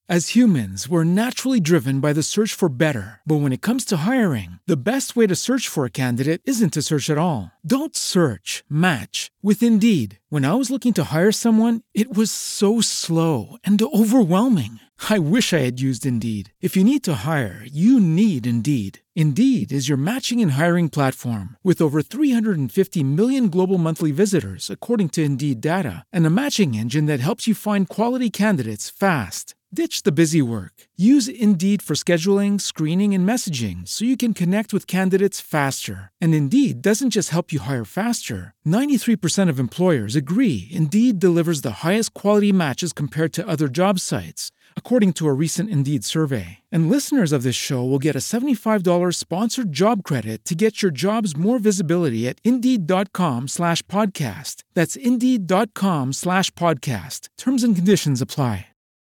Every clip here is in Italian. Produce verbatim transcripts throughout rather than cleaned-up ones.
As humans, we're naturally driven by the search for better. But when it comes to hiring, the best way to search for a candidate isn't to search at all. Don't search, match with Indeed. When I was looking to hire someone, it was so slow and overwhelming. I wish I had used Indeed. If you need to hire, you need Indeed. Indeed is your matching and hiring platform with over three hundred fifty million global monthly visitors, according to Indeed data, and a matching engine that helps you find quality candidates fast. Ditch the busy work. Use Indeed for scheduling, screening, and messaging so you can connect with candidates faster. And Indeed doesn't just help you hire faster. ninety-three percent of employers agree Indeed delivers the highest quality matches compared to other job sites, according to a recent Indeed survey. And listeners of this show will get a seventy-five dollars sponsored job credit to get your jobs more visibility at Indeed.com slash podcast. That's Indeed.com slash podcast. Terms and conditions apply.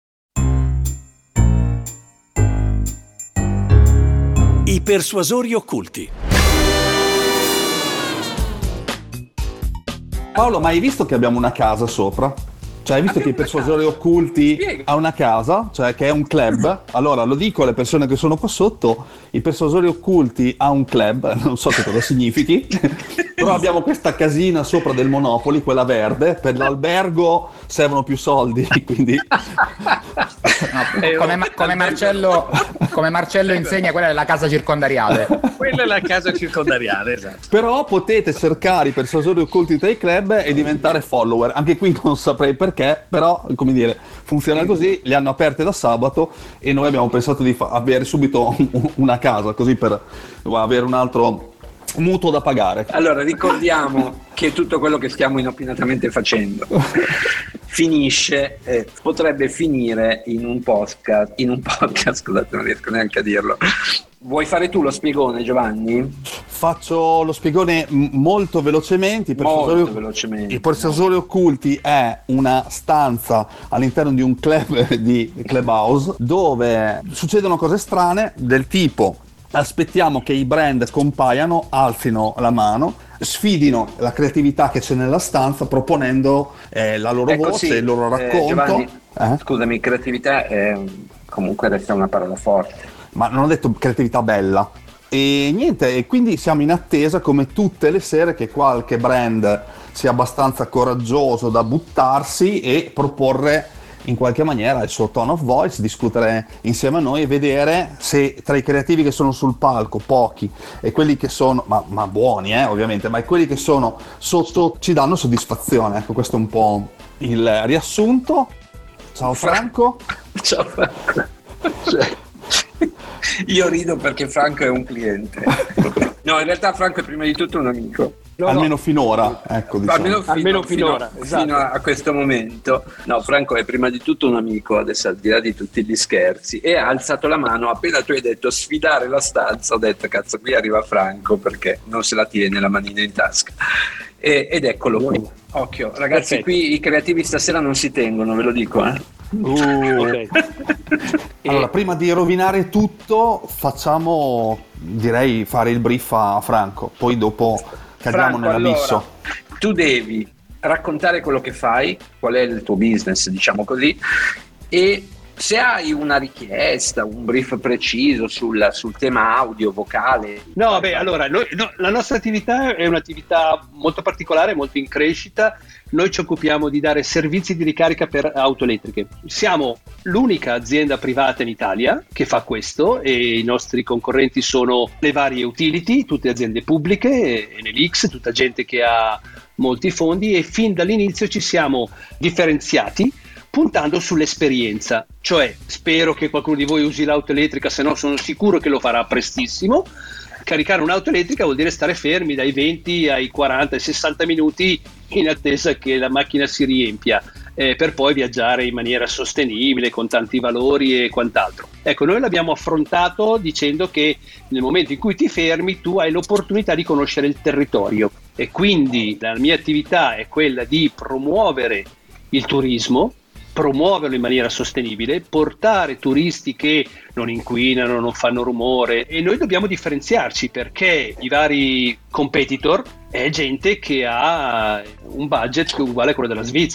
I persuasori occulti. Paolo, ma hai visto che abbiamo una casa sopra? Cioè, hai visto abbiamo che i persuasori occulti Spiega. ha una casa, cioè che è un club? Allora, lo dico alle persone che sono qua sotto, i persuasori occulti ha un club, non so che cosa significhi, però abbiamo questa casina sopra del Monopoli, quella verde, per l'albergo servono più soldi, quindi... No, come, Ma- come, Marcello, come Marcello insegna, quella è la casa circondariale. Quella è la casa circondariale, esatto. Però potete cercare i persuasori occulti dei club e diventare follower. Anche qui non saprei perché, però, come dire, funziona così. Li hanno aperte da sabato e noi abbiamo pensato di fa- avere subito una casa, così per avere un altro mutuo da pagare. Allora, ricordiamo che tutto quello che stiamo inopinatamente facendo finisce, eh, potrebbe finire in un podcast, in un podcast, scusate, non riesco neanche a dirlo. Vuoi fare tu lo spiegone, Giovanni? Faccio lo spiegone m- molto velocemente. I persuasori, molto velocemente. I persuasori occulti è una stanza all'interno di un club di Clubhouse dove succedono cose strane del tipo: aspettiamo che i brand compaiano, alzino la mano, sfidino la creatività che c'è nella stanza proponendo eh, la loro ecco, voce, sì, il loro racconto. Eh, Giovanni, eh? Scusami, creatività è, comunque resta una parola forte. Ma non ho detto creatività bella. E niente, e quindi siamo in attesa come tutte le sere che qualche brand sia abbastanza coraggioso da buttarsi e proporre in qualche maniera il suo tone of voice, discutere insieme a noi e vedere se tra i creativi che sono sul palco, pochi, e quelli che sono, ma, ma buoni eh, ovviamente, ma quelli che sono sotto ci danno soddisfazione. Ecco, questo è un po' il riassunto. Ciao Franco. Ciao Franco. Cioè, io rido perché Franco è un cliente. No, in realtà Franco è prima di tutto un amico. No, almeno no. finora, ecco, diciamo. almeno, fino, almeno finora, fino, esatto. fino a questo momento. No, Franco è prima di tutto un amico, adesso al di là di tutti gli scherzi, e ha alzato la mano appena tu hai detto sfidare la stanza. Ho detto cazzo, qui arriva Franco perché non se la tiene la manina in tasca. E, ed eccolo qui. Occhio, ragazzi, perfetto. Qui i creativi stasera non si tengono, ve lo dico, eh. Uh, okay. Allora, prima di rovinare tutto, facciamo, direi, fare il brief a Franco, poi dopo cadiamo nell'abisso. Allora, tu devi raccontare quello che fai, qual è il tuo business, diciamo così, e se hai una richiesta, un brief preciso sul, sul tema audio, vocale. No, beh, allora, noi, no, la nostra attività è un'attività molto particolare, molto in crescita. Noi ci occupiamo di dare servizi di ricarica per auto elettriche. Siamo l'unica azienda privata in Italia che fa questo e i nostri concorrenti sono le varie utility, tutte aziende pubbliche, Enelix, tutta gente che ha molti fondi, e fin dall'inizio ci siamo differenziati puntando sull'esperienza, cioè spero che qualcuno di voi usi l'auto elettrica, se no sono sicuro che lo farà prestissimo. Caricare un'auto elettrica vuol dire stare fermi dai venti ai quaranta ai sessanta minuti in attesa che la macchina si riempia, eh, per poi viaggiare in maniera sostenibile con tanti valori e quant'altro. Ecco, noi l'abbiamo affrontato dicendo che nel momento in cui ti fermi tu hai l'opportunità di conoscere il territorio, e quindi la mia attività è quella di promuovere il turismo, promuoverlo in maniera sostenibile, portare turisti che non inquinano, non fanno rumore, e noi dobbiamo differenziarci perché i vari competitor è gente che ha un budget uguale a quello della Svizzera.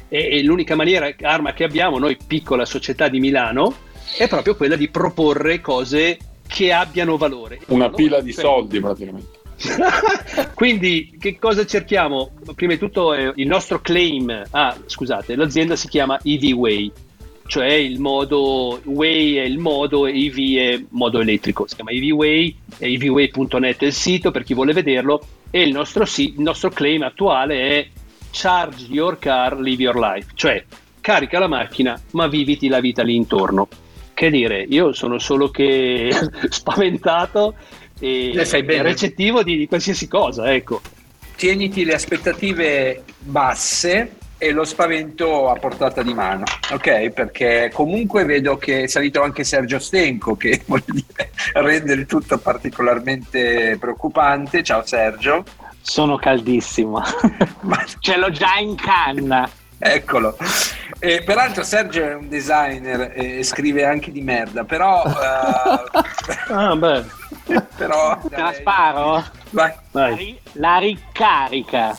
e, e l'unica maniera, arma che abbiamo noi piccola società di Milano è proprio quella di proporre cose che abbiano valore. Una valore, pila di cioè... soldi praticamente. Quindi che cosa cerchiamo? Prima di tutto eh, il nostro claim, ah scusate, l'azienda si chiama E V Way, cioè il modo, Way è il modo e E V è modo elettrico, si chiama E V Way, e v way punto net è il sito per chi vuole vederlo, e il nostro, il nostro claim attuale è Charge your car, live your life, cioè carica la macchina ma viviti la vita lì intorno. Che dire, io sono solo che spaventato e, e recettivo di, di qualsiasi cosa, ecco. Tieniti le aspettative basse e lo spavento a portata di mano, ok? Perché comunque vedo che è salito anche Sergio Stenco, che vuol dire, rende il tutto particolarmente preoccupante. Ciao Sergio. Sono caldissimo, ce l'ho già in canna. Eccolo. E peraltro Sergio è un designer e scrive anche di merda, però uh, ah beh però te la sparo? Vai. Vai. La, ri- la ricarica.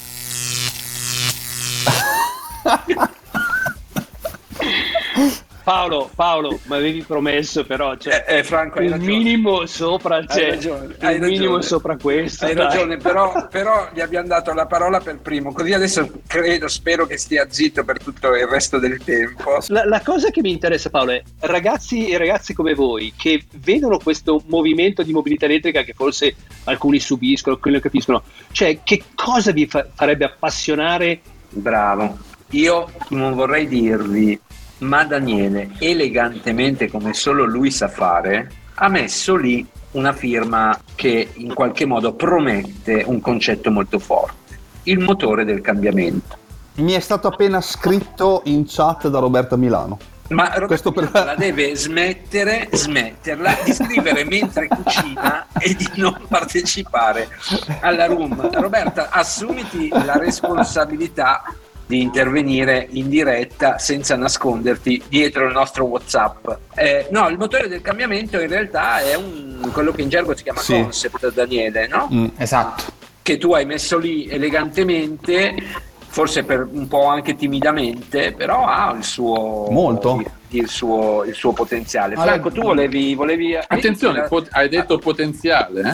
Paolo, Paolo, mi avevi promesso però, cioè, eh, eh, Franco, hai il ragione. minimo sopra c'è, hai ragione, il hai minimo ragione. sopra questo. Hai dai. ragione, però, però gli abbiamo dato la parola per primo, così adesso credo, spero che stia zitto per tutto il resto del tempo. La, la cosa che mi interessa, Paolo, è ragazzi e ragazze come voi che vedono questo movimento di mobilità elettrica che forse alcuni subiscono, alcuni lo capiscono, cioè che cosa vi fa- farebbe appassionare? Bravo, io non vorrei dirvi, ma Daniele, elegantemente come solo lui sa fare, ha messo lì una firma che in qualche modo promette un concetto molto forte: il motore del cambiamento. Mi è stato appena scritto in chat da Roberta Milano. Ma Roberta Questo per... la deve smettere, smetterla di scrivere mentre cucina e di non partecipare alla room. Roberta, assumiti la responsabilità di intervenire in diretta senza nasconderti dietro il nostro WhatsApp. Eh, no, il motore del cambiamento in realtà è un, quello che in gergo si chiama sì. concept, Daniele, no? Mm, esatto. Che tu hai messo lì elegantemente, forse per un po' anche timidamente, però ha il suo molto il, il suo il suo potenziale. Allora, Franco, tu volevi volevi attenzione, pot- hai detto potenziale,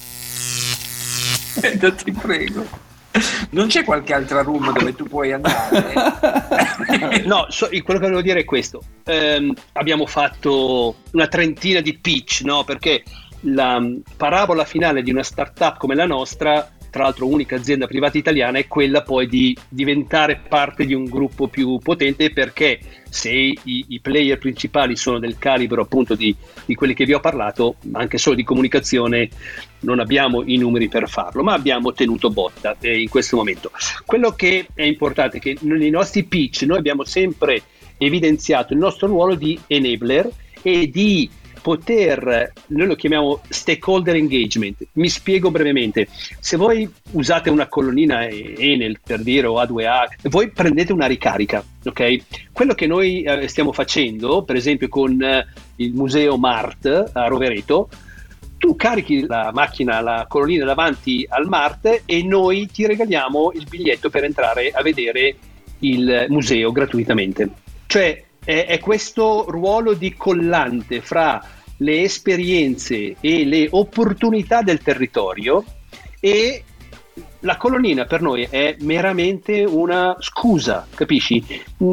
eh? eh, ti prego. Non c'è qualche altra room dove tu puoi andare? No, so, quello che volevo dire è questo. Um, abbiamo fatto una trentina di pitch, no? Perché la parabola finale di una startup come la nostra, tra l'altro unica azienda privata italiana, è quella poi di diventare parte di un gruppo più potente, perché se i, i player principali sono del calibro appunto di, di quelli che vi ho parlato, anche solo di comunicazione non abbiamo i numeri per farlo, ma abbiamo tenuto botta eh, in questo momento. Quello che è importante è che nei nostri pitch noi abbiamo sempre evidenziato il nostro ruolo di enabler e di poter, noi lo chiamiamo stakeholder engagement. Mi spiego brevemente: se voi usate una colonnina Enel, per dire, o A due A, voi prendete una ricarica, ok? Quello che noi eh, stiamo facendo, per esempio con eh, il museo Mart a Rovereto, tu carichi la macchina, la colonnina davanti al Mart e noi ti regaliamo il biglietto per entrare a vedere il museo gratuitamente. Cioè è, è questo ruolo di collante fra le esperienze e le opportunità del territorio, e la colonnina per noi è meramente una scusa, capisci?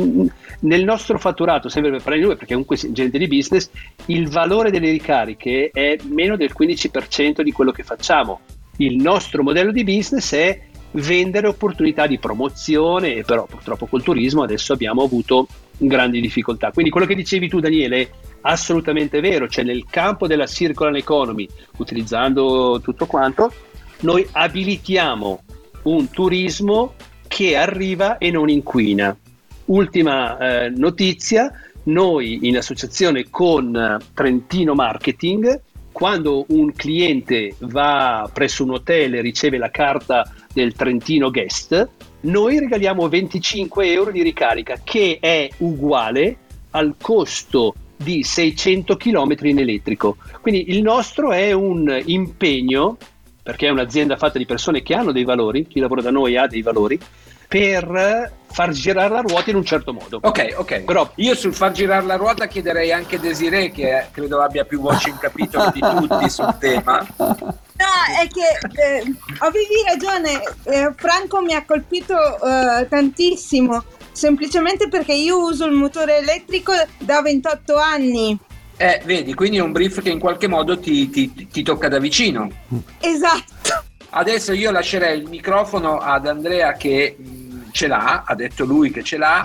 Nel nostro fatturato, sempre per parlare di noi, perché comunque siamo gente di business, il valore delle ricariche è meno del quindici per cento di quello che facciamo. Il nostro modello di business è vendere opportunità di promozione, e però purtroppo col turismo adesso abbiamo avuto grandi difficoltà. Quindi quello che dicevi tu, Daniele, è assolutamente vero. Cioè nel campo della circular economy, utilizzando tutto quanto, noi abilitiamo un turismo che arriva e non inquina. Ultima eh, notizia: noi in associazione con Trentino Marketing, quando un cliente va presso un hotel e riceve la carta del Trentino Guest, noi regaliamo venticinque euro di ricarica, che è uguale al costo di seicento chilometri in elettrico. Quindi il nostro è un impegno, perché è un'azienda fatta di persone che hanno dei valori, chi lavora da noi ha dei valori, per far girare la ruota in un certo modo. Ok, ok. Però io sul far girare la ruota chiederei anche a Desiree, che credo abbia più voce in capitolo di tutti sul tema. No, è che eh, avevi ragione, eh, Franco mi ha colpito eh, tantissimo, semplicemente perché io uso il motore elettrico da ventotto anni. Eh, vedi, quindi è un brief che in qualche modo ti, ti, ti tocca da vicino. Esatto. Adesso io lascerei il microfono ad Andrea che mh, ce l'ha, ha detto lui che ce l'ha,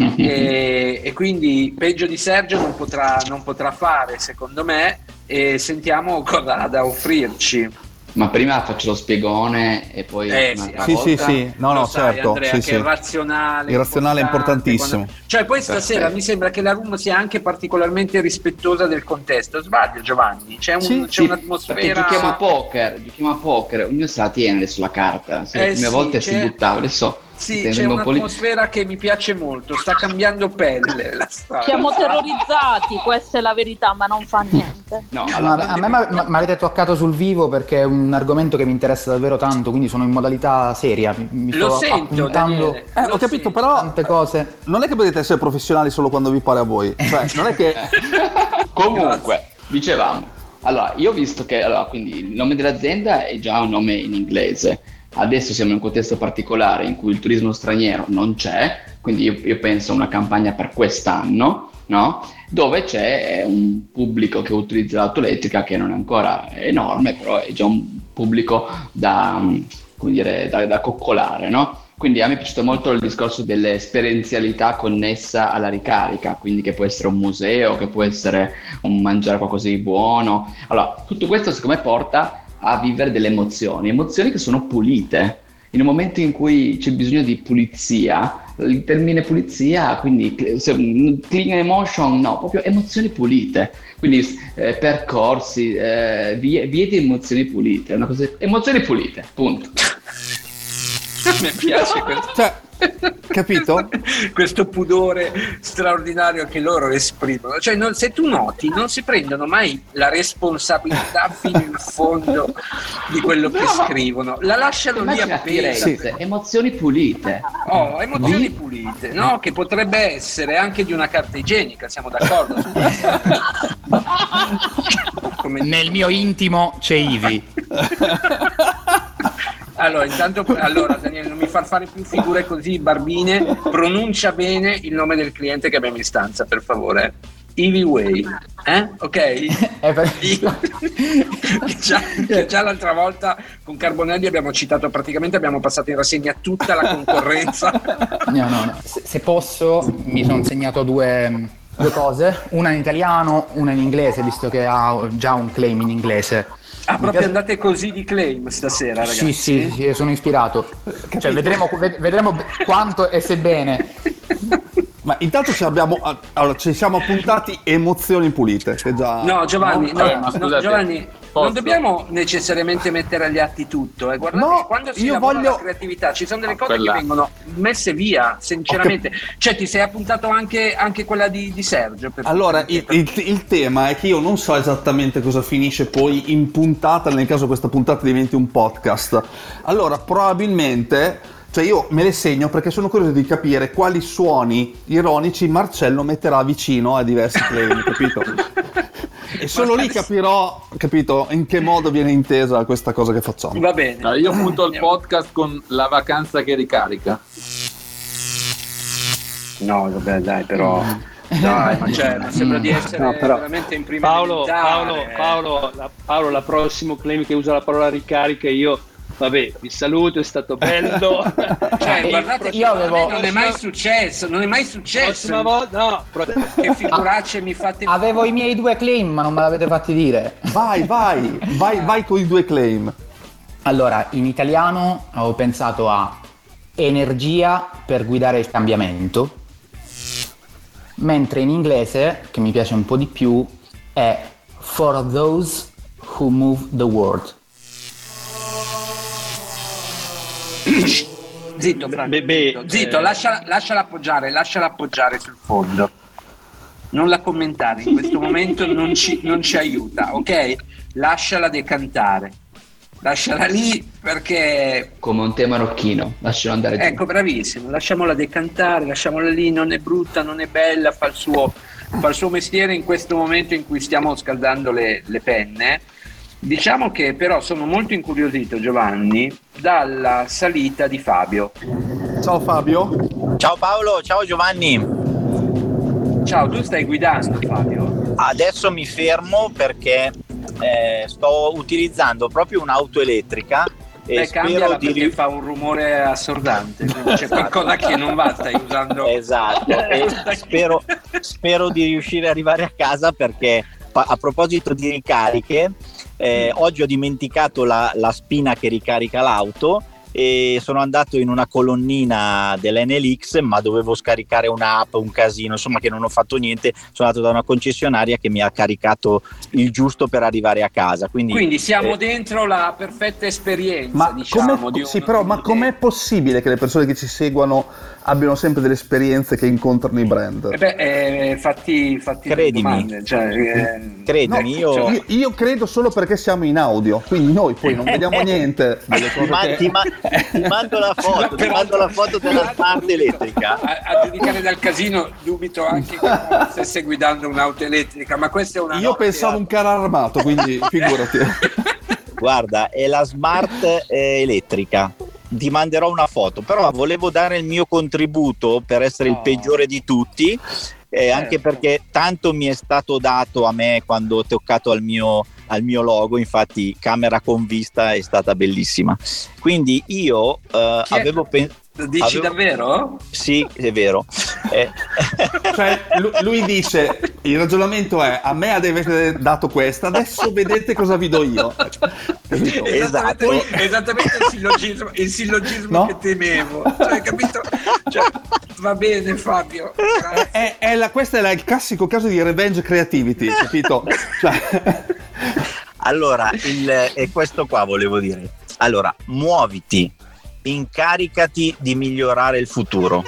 e, e quindi peggio di Sergio non potrà, non potrà fare, secondo me, e sentiamo cosa ha da offrirci. Ma prima faccio lo spiegone e poi eh, sì, sì, sì, sì, no, no, sai, certo, Andrea, sì, che sì. il razionale, il razionale è importantissimo. Quando... Cioè, poi stasera Perfetto. mi sembra che la room sia anche particolarmente rispettosa del contesto. Sbaglio, Giovanni? C'è, un, Sì, c'è sì, un'atmosfera. Perché giochiamo a poker, giochiamo a poker, ognuno se la tiene sulla carta. Se Eh, le prime sì, volte c'è- si buttava, adesso Sì, si c'è tende un po' lì. un'atmosfera che mi piace molto. Sta cambiando pelle la storia. Siamo terrorizzati, questa è la verità, ma non fa niente. No, Ma allora, a me mi avete toccato sul vivo perché è un argomento che mi interessa davvero tanto, quindi sono in modalità seria. Mi, mi Lo sto sento, appuntando Daniele. Eh, Lo ho capito, sento. però tante cose. non è che potete essere professionali solo quando vi pare a voi. Cioè, non è che... Comunque, dicevamo, allora, io ho visto che, allora, quindi il nome dell'azienda è già un nome in inglese, adesso siamo in un contesto particolare in cui il turismo straniero non c'è, quindi io, io penso a una campagna per quest'anno, no? Dove c'è un pubblico che utilizza l'auto elettrica che non è ancora enorme, però è già un pubblico da, come dire, da, da coccolare, no? Quindi a me è piaciuto molto il discorso dell'esperienzialità connessa alla ricarica, quindi che può essere un museo, che può essere un mangiare qualcosa di buono. Allora, tutto questo secondo me porta a vivere delle emozioni, emozioni che sono pulite. In un momento in cui c'è bisogno di pulizia, il termine pulizia, quindi se- clean emotion, no, proprio emozioni pulite. Quindi eh, percorsi, eh, vie, vie di emozioni pulite, una cosa, emozioni pulite, punto. Mi piace questo. Cioè, capito? Questo pudore straordinario che loro esprimono. Cioè, non- se tu noti, non si prendono mai la responsabilità fino in fondo di quello che scrivono, la lasciano lì Immagina appesa. Firenze, emozioni pulite. Oh, emozioni pulite, no? Che potrebbe essere anche di una carta igienica, siamo d'accordo su questo? Come- Nel mio intimo c'è Ivi. Allora, intanto, allora, Daniele, non mi far fare più figure così barbine, pronuncia bene il nome del cliente che abbiamo in stanza, per favore. Ivy Way, eh? Ok? È per- Che già, che già l'altra volta con Carbonelli abbiamo citato, praticamente abbiamo passato in rassegna tutta la concorrenza. No, no, no. Se, se posso, mi sono segnato due, due cose, una in italiano, una in inglese, visto che ha già un claim in inglese. Ah, Mi proprio piace- andate così di claim stasera, ragazzi? Sì, sì, sì, sono ispirato. Cioè, vedremo, ved- vedremo quanto e se bene. Ma intanto ci abbiamo... Allora, ci siamo appuntati emozioni pulite, che già... No, Giovanni, no, Eh, ma no, scusate, Giovanni, posso? non dobbiamo necessariamente mettere agli atti tutto. Eh. Guardate, No, che quando si io lavora voglio- la creatività ci sono delle No, cose quella- che vengono messe via, sinceramente. Cioè, ti sei appuntato anche, anche quella di, di Sergio. Per Allora, il, il- il tema è che io non so esattamente cosa finisce poi in puntata, nel caso questa puntata diventi un podcast. Allora, probabilmente, cioè io me le segno perché sono curioso di capire quali suoni ironici Marcello metterà vicino a diversi claim, capito? E solo lì capirò, capito, in che modo viene intesa questa cosa che facciamo. Va bene. No, io punto il podcast con la vacanza che ricarica. No, vabbè, dai, però. Dai, ma cioè, mi sembra di essere No, però- veramente in prima Paolo, elementare. Paolo, Paolo, la, Paolo, la prossimo claim che usa la parola ricarica, io, vabbè, vi saluto, è stato bello. Cioè, Eh, guardate, io avevo- non è mai successo, non è mai successo. Prossima volta, no, pro- Che figuracce mi fate. Avevo i miei due claim, ma non me l'avete fatti dire. Vai, vai, vai, vai con i due claim. Allora, in italiano avevo pensato a energia per guidare il cambiamento, mentre in inglese, che mi piace un po' di più, è for those who move the world. Zitto, Franco, Beh, beh, zitto, zitto, eh. lasciala, lasciala appoggiare, lasciala appoggiare sul fondo. Non la commentare, in questo momento non ci, non ci aiuta, ok? Lasciala decantare. lasciala lì perché... Come un tè marocchino, lascialo andare giù. Ecco, bravissimo, lasciamola decantare, lasciamola lì, non è brutta, non è bella, fa il suo, fa il suo mestiere in questo momento in cui stiamo scaldando le, le penne. Diciamo che però sono molto incuriosito, Giovanni, dalla salita di Fabio. Ciao Fabio. Ciao Paolo, ciao Giovanni. Ciao, tu stai guidando, Fabio? Adesso mi fermo perché eh, sto utilizzando proprio un'auto elettrica. Beh, e cambiala spero perché di... fa un rumore assordante, quindi c'è qualcosa che non va, stai usando... Esatto, e spero, spero di riuscire ad arrivare a casa perché a proposito di ricariche, eh, oggi ho dimenticato la, la spina che ricarica l'auto e sono andato in una colonnina dell'N L X, ma dovevo scaricare un'app, un casino, insomma, che non ho fatto niente. Sono andato da una concessionaria che mi ha caricato il giusto per arrivare a casa. Quindi, quindi siamo eh, dentro la perfetta esperienza, Ma diciamo. com'è, Di sì, un- però, ma com'è possibile che le persone che ci seguono abbiano sempre delle esperienze che incontrano i brand? Eh beh, eh, fatti, fatti delle Credimi. domande, cioè, eh, Credimi, No, io... cioè, io, io credo solo perché siamo in audio, quindi noi poi non vediamo niente delle Ti, cose ma- che... ti ma- ti mando la foto, ti mando la foto della smart elettrica. a, a giudicare dal casino dubito anche che stesse guidando un'auto elettrica, ma questa è una Io notte pensavo a- un carro armato, quindi figurati. Guarda, è la smart eh, elettrica. Ti manderò una foto, però volevo dare il mio contributo per essere il Oh. peggiore di tutti, eh, anche perché tanto mi è stato dato a me quando ho toccato al mio, al mio logo. Infatti camera con vista è stata bellissima, quindi io eh, Chi è? avevo pensato... Dici avevo- davvero? Sì, è vero. Eh, Cioè, lu- lui dice, il ragionamento è, a me avete dato questa, adesso vedete cosa vi do io. Capito? Esattamente, Esatto. esattamente il sillogismo, il sillogismo No? che temevo. Cioè, capito? Cioè, va bene, Fabio. Grazie. È, è la, questo è la- il classico caso di revenge creativity, capito? Cioè, Allora, il, è questo qua volevo dire. Allora, muoviti, incaricati di migliorare il futuro.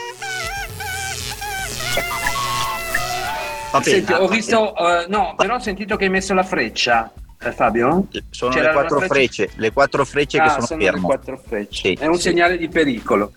Va bene. Senti, ho visto, eh, no, però ho sentito che hai messo la freccia, eh, Fabio? Sono C'era le una quattro freccia- frecce, le quattro frecce Ah, che sono, sono fermo. le quattro frecce. Sì, è un sì. segnale di pericolo.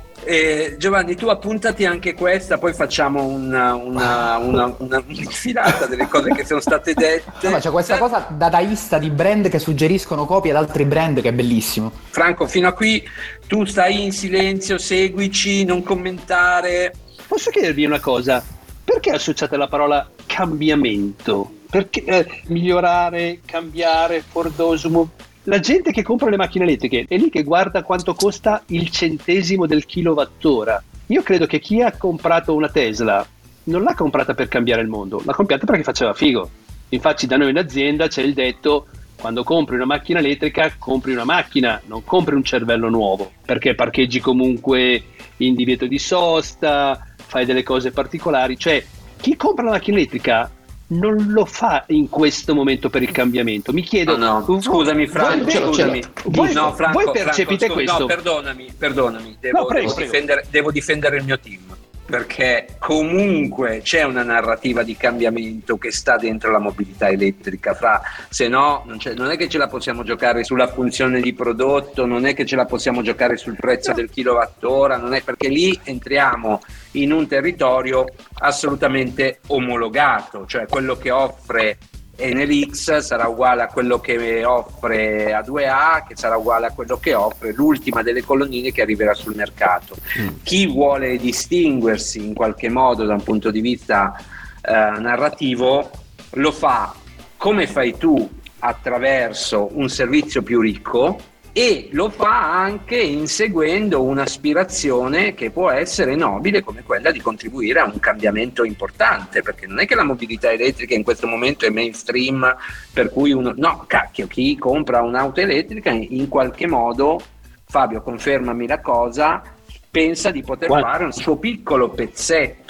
Eh, Giovanni, tu appuntati anche questa, poi facciamo una, una, una, una, un'infilata delle cose che sono state dette. No, ma c'è questa cosa dadaista di brand che suggeriscono copie ad altri brand che è bellissimo. Franco, fino a qui tu stai in silenzio, seguici, non commentare. Posso chiedervi una cosa? Perché associate la parola cambiamento? Perché eh, migliorare, cambiare, fordosum? La gente che compra le macchine elettriche è lì che guarda quanto costa il centesimo del kilowattora. Io credo che chi ha comprato una Tesla non l'ha comprata per cambiare il mondo, l'ha comprata perché faceva figo. Infatti da noi in azienda c'è il detto: quando compri una macchina elettrica compri una macchina, non compri un cervello nuovo, perché parcheggi comunque in divieto di sosta, fai delle cose particolari. Cioè, chi compra la macchina elettrica non lo fa in questo momento per il cambiamento. Mi chiedo, No, no, voi- scusami Franco, voi- scusami. voi- no, Franco, voi percepite Franco, scusa, questo? No, perdonami, perdonami, devo, No, prego, devo prego. Difendere, devo difendere il mio team, perché comunque c'è una narrativa di cambiamento che sta dentro la mobilità elettrica, fra, se no non, c'è- non è che ce la possiamo giocare sulla funzione di prodotto, non è che ce la possiamo giocare sul prezzo del kilowattora, non è, perché lì entriamo in un territorio assolutamente omologato, cioè quello che offre N L X sarà uguale a quello che offre A due A, che sarà uguale a quello che offre l'ultima delle colonnine che arriverà sul mercato. Mm. Chi vuole distinguersi in qualche modo da un punto di vista eh, narrativo lo fa come fai tu, attraverso un servizio più ricco, e lo fa anche inseguendo un'aspirazione che può essere nobile, come quella di contribuire a un cambiamento importante, perché non è che la mobilità elettrica in questo momento è mainstream, per cui uno, no, cacchio, chi compra un'auto elettrica in qualche modo, Fabio confermami la cosa, pensa di poter Guarda. fare un suo piccolo pezzetto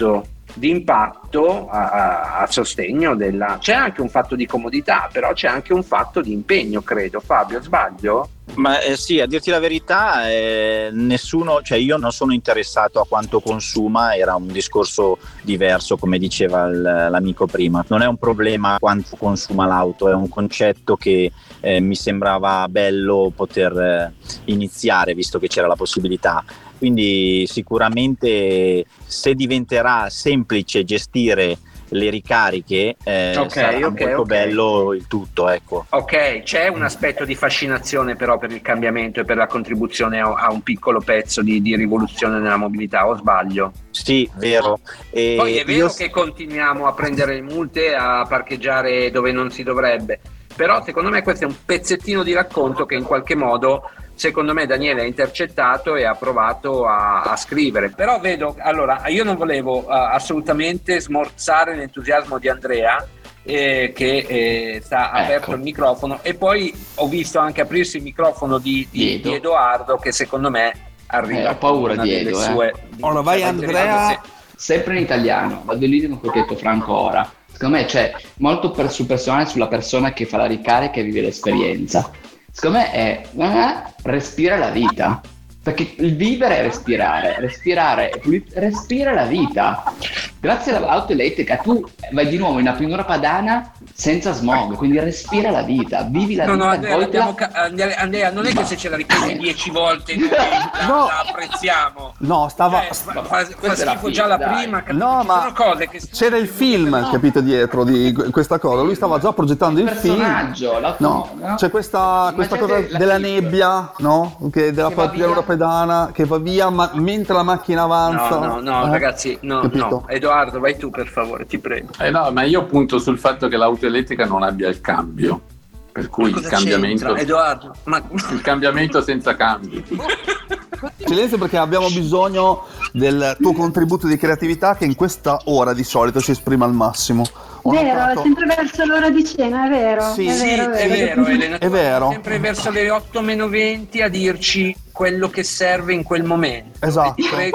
di impatto a, a, a sostegno della... C'è anche un fatto di comodità, però c'è anche un fatto di impegno, credo. Fabio, sbaglio? Ma eh, sì, a dirti la verità, eh, nessuno, cioè io non sono interessato a quanto consuma, era un discorso diverso, come diceva il, l'amico prima. Non è un problema quanto consuma l'auto, è un concetto che eh, mi sembrava bello poter eh, iniziare, visto che c'era la possibilità. Quindi sicuramente se diventerà semplice gestire le ricariche eh, okay, sarà okay, molto okay. bello il tutto, ecco. Ok, c'è un aspetto di fascinazione però per il cambiamento e per la contribuzione a, a un piccolo pezzo di, di rivoluzione nella mobilità, o sbaglio? Sì, vero. E poi è vero io... che continuiamo a prendere le multe, a parcheggiare dove non si dovrebbe, però secondo me questo è un pezzettino di racconto che in qualche modo secondo me Daniele ha intercettato e ha provato a, a scrivere. Però vedo, allora, io non volevo uh, assolutamente smorzare l'entusiasmo di Andrea eh, che eh, sta ecco. aperto il microfono, e poi ho visto anche aprirsi il microfono di, di, di Edoardo, che secondo me arriva. Eh, ho paura una di delle Edo, sue, eh. di, Ora vai Andrea. Sempre in italiano, vado lì con quello che ha detto Franco ora. Secondo me c'è molto per, sul personale sulla persona che fa la ricarica e vive l'esperienza. Secondo me è eh, respira la vita, perché il vivere è respirare, respirare è pulito, respira la vita. Grazie all'auto elettrica tu vai di nuovo in una pianura padana senza smog, quindi respira la vita, vivi la no, vita. No, Andrea, la... abbiamo ca- Andrea, Andrea, non è che se ce la ripeti dieci volte noi la, no. la apprezziamo. No, stava... Eh, fa, fa, fa schifo già la dai. prima, capito? No, Ci ma sono cose che... c'era il film, no. capito, dietro di questa cosa. Lui stava già progettando il, il personaggio, film. No, no, c'è questa, questa cosa della clip. nebbia, no? Che della pianura pedana che va via ma mentre la macchina avanza. No, no, no, eh? ragazzi, no, Capito? no. Edoardo, vai tu per favore, ti prego. Eh no, ma io punto sul fatto che l'auto elettrica non abbia il cambio, per cui il cambiamento, c'entra, Edoardo, ma... il cambiamento senza cambi. Silenzio, perché abbiamo bisogno del tuo contributo di creatività, che in questa ora di solito si esprime al massimo. Ho vero, notato... è sempre verso l'ora di cena, è vero? Sì, è sì, vero, è vero, Elena, è vero. Sempre verso le otto meno venti a dirci quello che serve in quel momento. Esatto. E ti prego.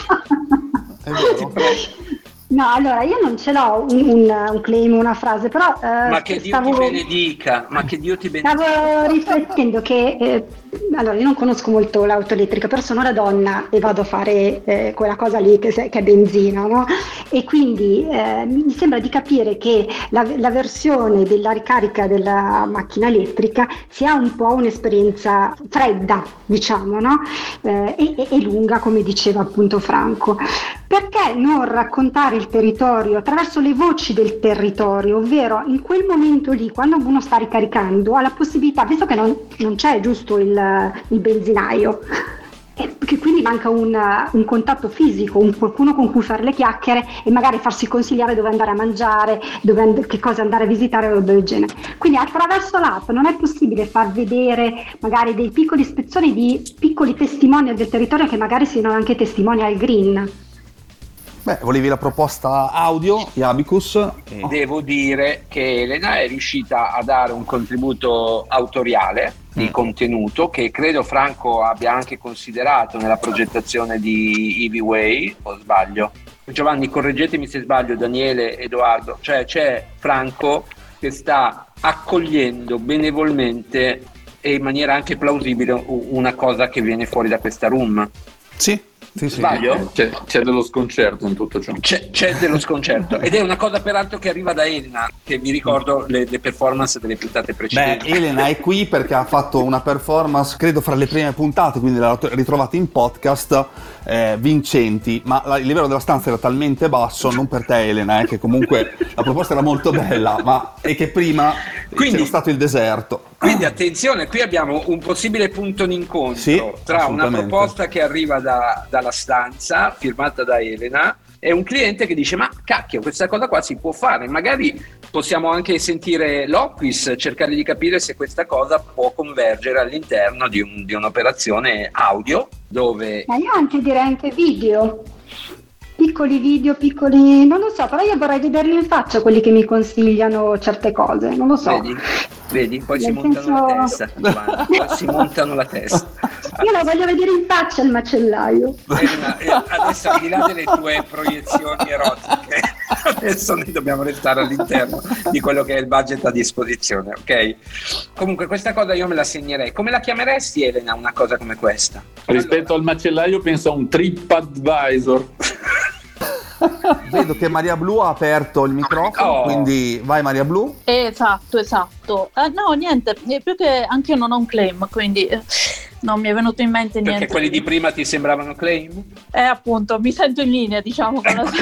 È vero. Ti prego. No, allora io non ce l'ho un, un, un claim, una frase, però eh, ma che Dio stavo, ti benedica, ma che Dio ti benedica. Stavo riflettendo che eh, allora io non conosco molto l'auto elettrica, però sono una donna e vado a fare eh, quella cosa lì che, che è benzina, no? E quindi eh, mi sembra di capire che la, la versione della ricarica della macchina elettrica sia un po' un'esperienza fredda, diciamo, no? Eh, e, e lunga, come diceva appunto Franco. Perché non raccontare il territorio attraverso le voci del territorio, ovvero in quel momento lì, quando uno sta ricaricando, ha la possibilità, visto che non, non c'è giusto il, il benzinaio, e che quindi manca un, un contatto fisico, un qualcuno con cui fare le chiacchiere e magari farsi consigliare dove andare a mangiare, dove and- che cosa andare a visitare o roba del genere. Quindi attraverso l'app non è possibile far vedere magari dei piccoli spezzoni di piccoli testimonial del territorio, che magari siano anche testimonial green. Beh, volevi la proposta audio di Abicus? Eh, devo dire che Elena è riuscita a dare un contributo autoriale di mm. contenuto, che credo Franco abbia anche considerato nella progettazione di E V Way, o sbaglio? Giovanni, correggetemi se sbaglio, Daniele, Edoardo, cioè c'è Franco che sta accogliendo benevolmente e in maniera anche plausibile una cosa che viene fuori da questa room. Sì. Sì, sì. Sbaglio? C'è, c'è dello sconcerto in tutto ciò. C'è, c'è dello sconcerto ed è una cosa peraltro che arriva da Elena, che vi ricordo le, le performance delle puntate precedenti. Beh, Elena è qui perché ha fatto una performance, credo fra le prime puntate, quindi l'ha ritrovata in podcast, eh, vincenti, ma la, il livello della stanza era talmente basso, non per te Elena, eh, che comunque la proposta era molto bella, ma è che prima quindi, c'era stato il deserto. Quindi attenzione, qui abbiamo un possibile punto d'incontro sì, tra una proposta che arriva da, dalla stanza, firmata da Elena, e un cliente che dice: ma cacchio, questa cosa qua si può fare, magari possiamo anche sentire l'Oquis, cercare di capire se questa cosa può convergere all'interno di, un, di un'operazione audio dove... Ma io anche direi anche video, piccoli video, piccoli, non lo so, però io vorrei vederli in faccia quelli che mi consigliano certe cose, non lo so. Vedi? Vedi? Poi Nel si montano senso... la testa, Giovanni, poi si montano la testa. Io la voglio vedere in faccia il macellaio. Elena, adesso al di là delle tue proiezioni erotiche, Adesso noi dobbiamo restare all'interno di quello che è il budget a disposizione, ok? Comunque questa cosa io me la segnerei. Come la chiameresti, Elena, una cosa come questa? Rispetto allora al macellaio penso a un TripAdvisor. Vedo che Maria Blu ha aperto il microfono, oh. quindi vai Maria Blu. Esatto, esatto. Eh, no, niente, più che anche io non ho un claim, quindi eh, non mi è venuto in mente niente. Perché quelli di prima ti sembravano claim? Eh, appunto, mi sento in linea, diciamo, con la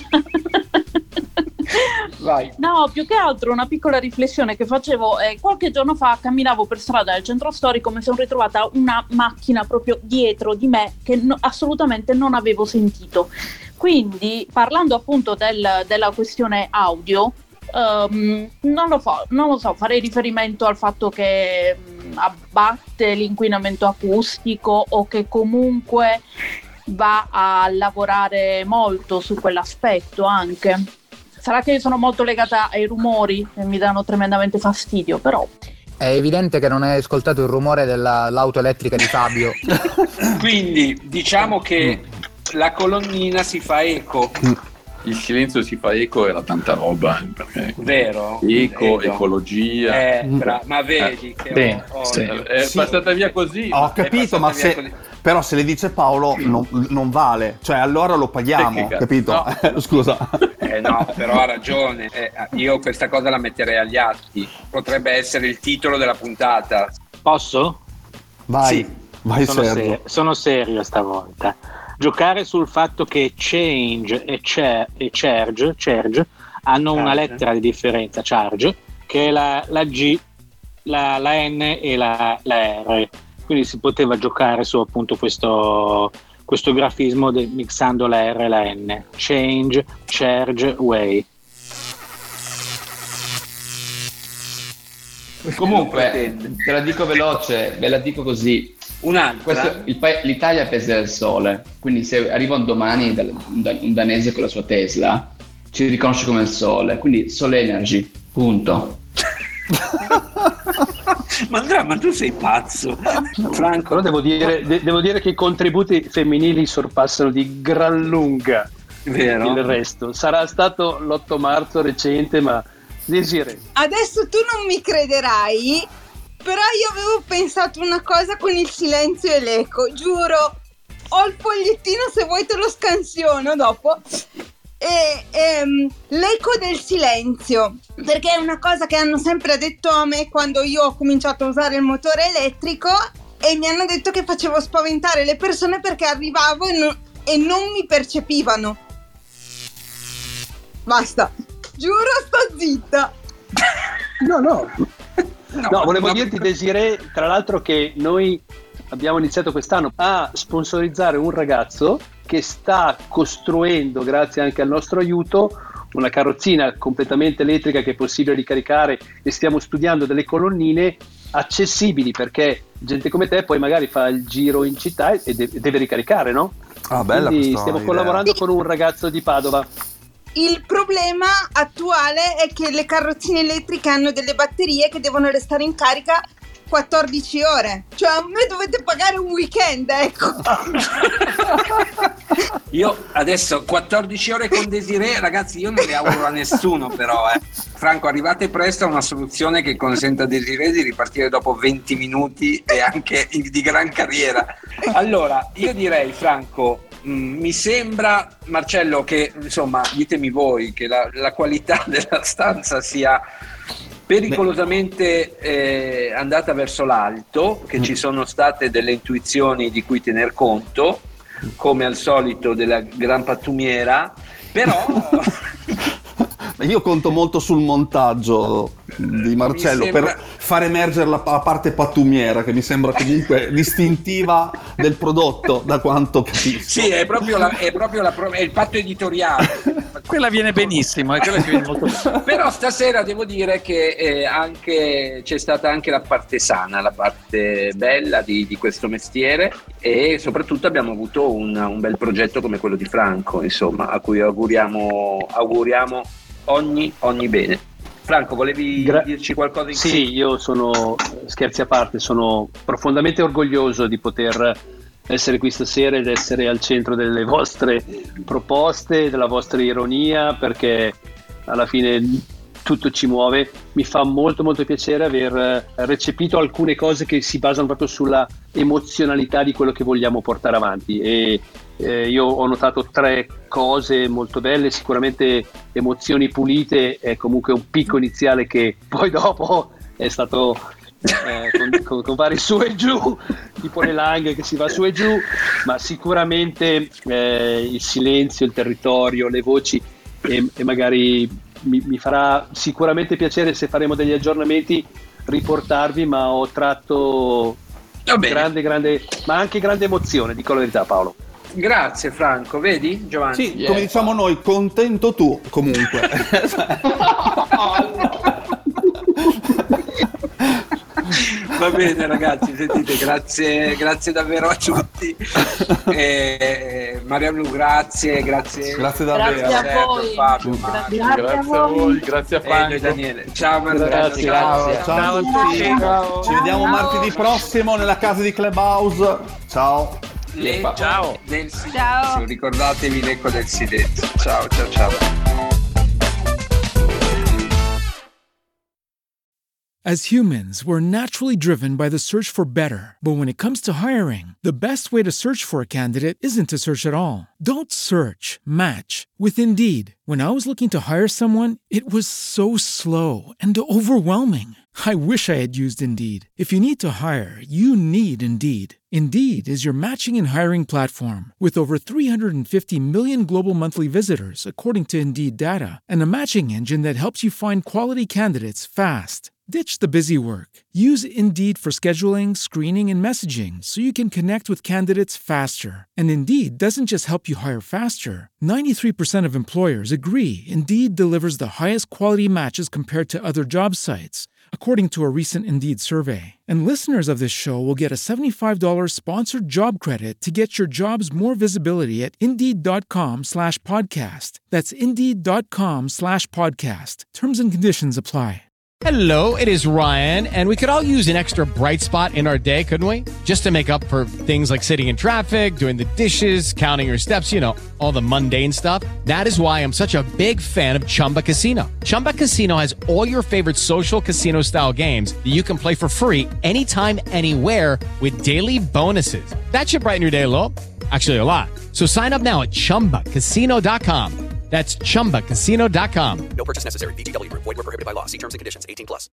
Vai. No, più che altro una piccola riflessione che facevo eh, qualche giorno fa camminavo per strada nel centro storico, mi sono ritrovata una macchina proprio dietro di me che no, assolutamente non avevo sentito. Quindi parlando appunto del, della questione audio, um, non lo so, non lo so, farei riferimento al fatto che um, abbatte l'inquinamento acustico o che comunque va a lavorare molto su quell'aspetto anche. Sarà che io sono molto legata ai rumori e mi danno tremendamente fastidio, però è evidente che non hai ascoltato il rumore dell'auto elettrica di Fabio. Quindi diciamo che la colonnina si fa eco. Il silenzio si fa eco, era tanta roba, perché vero? Eco, Vedo. ecologia. Eh, bra- ma vedi eh, che beh, ho, ho, sì. io. È Sì. passata via così. Ho capito, ma se così. però se le dice Paolo non, non vale, cioè allora lo paghiamo, Tecnica. capito? No. Scusa. Eh no, però ha ragione. Eh, io questa cosa la metterei agli atti. Potrebbe essere il titolo della puntata. Posso? Vai, Sì. vai Sono, Sergio. ser- sono serio stavolta. Giocare sul fatto che change e, cer- e charge, charge hanno una Charge. lettera di differenza, charge, che è la, la G, la, la N e la, la R. Quindi si poteva giocare su appunto questo, questo grafismo de- mixando la R e la N. Change, charge, way. Comunque, te la dico veloce, ve la dico così. Un'altra? Questo, il pa- l'Italia è il paese del sole, quindi se arriva un domani dal- un, da- un danese con la sua Tesla, ci riconosce come il sole, quindi Sole Energy, punto. Ma Andrea, ma tu sei pazzo, Franco. Però devo dire, de- devo dire che i contributi femminili sorpassano di gran lunga Vero? il resto. Sarà stato l'otto marzo recente, ma Desiree. Adesso tu non mi crederai, però io avevo pensato una cosa con il silenzio e l'eco, giuro. Ho il fogliettino, se vuoi te lo scansiono dopo. E, ehm, l'eco del silenzio, perché è una cosa che hanno sempre detto a me quando io ho cominciato a usare il motore elettrico, e mi hanno detto che facevo spaventare le persone perché arrivavo e non, e non mi percepivano. Basta, giuro, sto zitta. No, no. No, No, volevo no. dirti, Desiree, tra l'altro, che noi abbiamo iniziato quest'anno a sponsorizzare un ragazzo che sta costruendo, grazie anche al nostro aiuto, una carrozzina completamente elettrica che è possibile ricaricare, e stiamo studiando delle colonnine accessibili, perché gente come te poi magari fa il giro in città e de- deve ricaricare, no? Ah, bella Quindi questa stiamo idea. collaborando con un ragazzo di Padova. Il problema attuale è che le carrozzine elettriche hanno delle batterie che devono restare in carica quattordici ore. Cioè a me dovete pagare un weekend, ecco. Io adesso quattordici ore con Desiree, ragazzi, io non le auguro a nessuno, però eh. Franco, arrivate presto a una soluzione che consenta a Desiree di ripartire dopo venti minuti e anche di gran carriera. Allora, io direi, Franco, mh, mi sembra, Marcello, che insomma, ditemi voi, che la, la qualità della stanza sia pericolosamente eh, andata verso l'alto, che ci sono state delle intuizioni di cui tener conto, come al solito della gran pattumiera, però io conto molto sul montaggio di Marcello Mi sembra- per far emergere la, la parte pattumiera, che mi sembra comunque distintiva del prodotto, da quanto capisco. sì, è proprio, la, è proprio la, pro- è il patto editoriale. Quella viene benissimo, è quella che viene molto bene. Però stasera devo dire che eh, anche c'è stata anche la parte sana, la parte bella di, di questo mestiere, e soprattutto abbiamo avuto un, un bel progetto come quello di Franco, insomma, a cui auguriamo, auguriamo ogni, ogni bene. Franco, volevi Gra- dirci qualcosa in Sì, io sono, scherzi a parte, sono profondamente orgoglioso di poter essere qui stasera ed essere al centro delle vostre proposte, della vostra ironia, perché alla fine tutto ci muove. Mi fa molto molto piacere aver recepito alcune cose che si basano proprio sulla emozionalità di quello che vogliamo portare avanti, e eh, io ho notato tre cose molto belle. Sicuramente emozioni pulite è comunque un picco iniziale che poi dopo è stato eh, con, con, con vari su e giù, tipo le langhe che si va su e giù, ma sicuramente eh, il silenzio, il territorio, le voci, e, e magari Mi, mi farà sicuramente piacere, se faremo degli aggiornamenti, riportarvi, ma ho tratto grande, grande, ma anche grande emozione, dico la verità, Paolo. Grazie Franco, vedi Giovanni? Sì, yeah. Come diciamo noi, contento tu comunque. Va bene ragazzi, sentite, grazie, grazie davvero a tutti. Eh, Maria Blu, grazie, grazie. Grazie davvero. Grazie a voi. Fabio, Grazie, grazie, grazie a voi, grazie a Franco. e Daniele. Ciao Manuela. Grazie, Ciao. ciao, ciao a tutti. Ciao. Ci vediamo Ciao. martedì prossimo nella casa di Clubhouse. Ciao. L'eco Ciao. del silenzio. Ciao. Ricordatevi l'eco del silenzio. Ciao, ciao, ciao. As humans, we're naturally driven by the search for better. But when it comes to hiring, the best way to search for a candidate isn't to search at all. Don't search, match with Indeed. When I was looking to hire someone, it was so slow and overwhelming. I wish I had used Indeed. If you need to hire, you need Indeed. Indeed is your matching and hiring platform with over three hundred fifty million global monthly visitors, according to Indeed data, and a matching engine that helps you find quality candidates fast. Ditch the busy work. Use Indeed for scheduling, screening, and messaging so you can connect with candidates faster. And Indeed doesn't just help you hire faster. ninety-three percent of employers agree Indeed delivers the highest quality matches compared to other job sites, according to a recent Indeed survey. And listeners of this show will get a seventy-five dollars sponsored job credit to get your jobs more visibility at Indeed.com slash podcast. That's Indeed.com slash podcast. Terms and conditions apply. Hello, it is Ryan, and we could all use an extra bright spot in our day, couldn't we? Just to make up for things like sitting in traffic, doing the dishes, counting your steps, you know, all the mundane stuff. That is why I'm such a big fan of Chumba Casino. Chumba Casino has all your favorite social casino-style games that you can play for free anytime, anywhere with daily bonuses. That should brighten your day a little. Actually, a lot. So sign up now at chumba casino dot com. That's chumba casino dot com. No purchase necessary. V G W Group. Void where prohibited by law. See terms and conditions. eighteen plus.